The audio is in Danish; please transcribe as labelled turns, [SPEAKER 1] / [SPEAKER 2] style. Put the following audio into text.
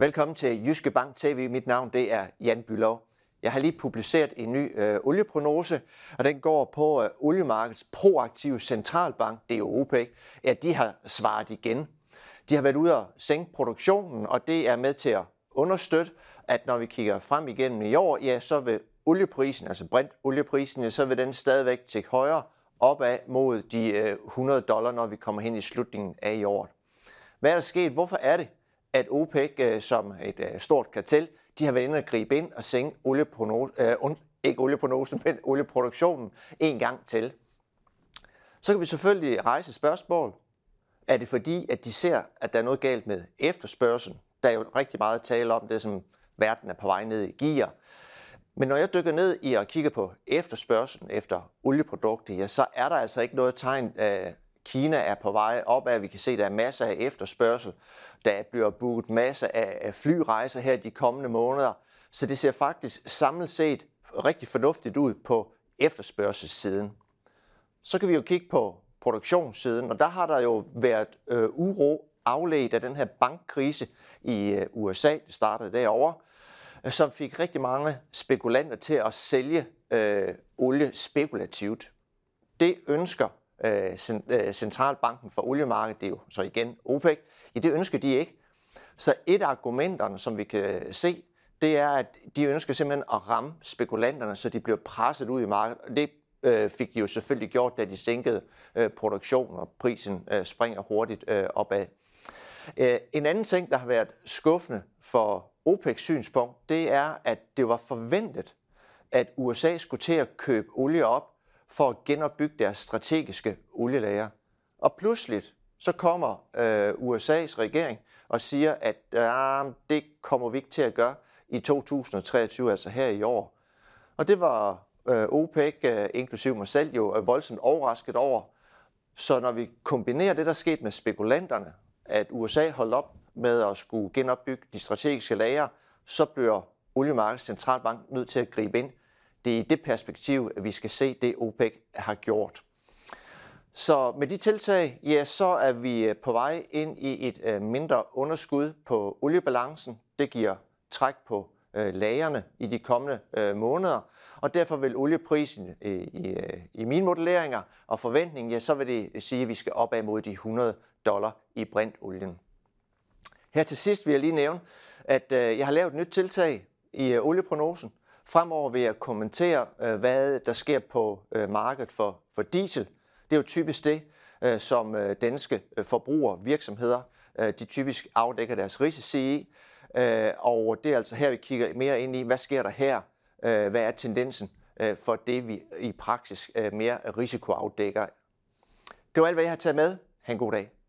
[SPEAKER 1] Velkommen til Jyske Bank TV. Mit navn det er Jan Bülow. Jeg har lige publiceret en ny olieprognose, og den går på, at oliemarkedets proaktive centralbank, det er jo OPEC, ja, de har svaret igen. De har været ude og sænke produktionen, og det er med til at understøtte, at når vi kigger frem igennem i år, ja, så vil olieprisen, altså Brent-olieprisen, ja, så vil den stadigvæk tikke højere opad mod de $100, når vi kommer hen i slutningen af i år. Hvad er der sket? Hvorfor er det, at OPEC som et stort kartel, de har været inde og gribe ind og sænke olieproduktionen en gang til? Så kan vi selvfølgelig rejse spørgsmål. Er det fordi, at de ser, at der er noget galt med efterspørgsel? Der er jo rigtig meget tale om det, som verden er på vej ned i gear. Men når jeg dykker ned i og kigger på efterspørgselen efter olieprodukter, ja, så er der altså ikke noget tegn. Kina er på vej opad. Vi kan se, at der er masser af efterspørgsel. Der bliver booket masser af flyrejser her de kommende måneder. Så det ser faktisk samlet set rigtig fornuftigt ud på efterspørgselssiden. Så kan vi jo kigge på produktionssiden, og der har der jo været uro afledt af den her bankkrise i USA, det startede derovre, som fik rigtig mange spekulanter til at sælge olie spekulativt. Det ønsker centralbanken for oliemarkedet, det er jo så igen OPEC, ja, det ønsker de ikke. Så et af argumenterne, som vi kan se, det er, at de ønsker simpelthen at ramme spekulanterne, så de bliver presset ud i markedet. Og det fik de jo selvfølgelig gjort, da de sænkede produktionen, og prisen springer hurtigt opad. En anden ting, der har været skuffende for OPEC's synspunkt, det er, at det var forventet, at USA skulle til at købe olie op for at genopbygge deres strategiske olielager. Og pludselig så kommer USA's regering og siger, at det kommer vi ikke til at gøre i 2023, altså her i år. Og det var OPEC, inklusive mig selv, jo voldsomt overrasket over. Så når vi kombinerer det, der skete med spekulanterne, at USA holdt op med at skulle genopbygge de strategiske lagre, så bliver oliemarkedets centralbank nødt til at gribe ind. Det er i det perspektiv, at vi skal se det, OPEC har gjort. Så med de tiltag, ja, så er vi på vej ind i et mindre underskud på oliebalancen. Det giver træk på lagrene i de kommende måneder, og derfor vil olieprisen i mine modelleringer og forventninger, ja, så vil det sige, at vi skal opad mod de $100 i Brent-olien. Her til sidst vil jeg lige nævne, at jeg har lavet et nyt tiltag i olieprognosen. Fremover vil jeg kommentere, hvad der sker på markedet for diesel. Det er jo typisk det, som danske forbrugervirksomheder, de typisk afdækker deres risici i. Og det er altså her, vi kigger mere ind i, hvad sker der her? Hvad er tendensen for det, vi i praksis mere risikoafdækker? Det var alt, hvad jeg har taget med. Ha' en god dag.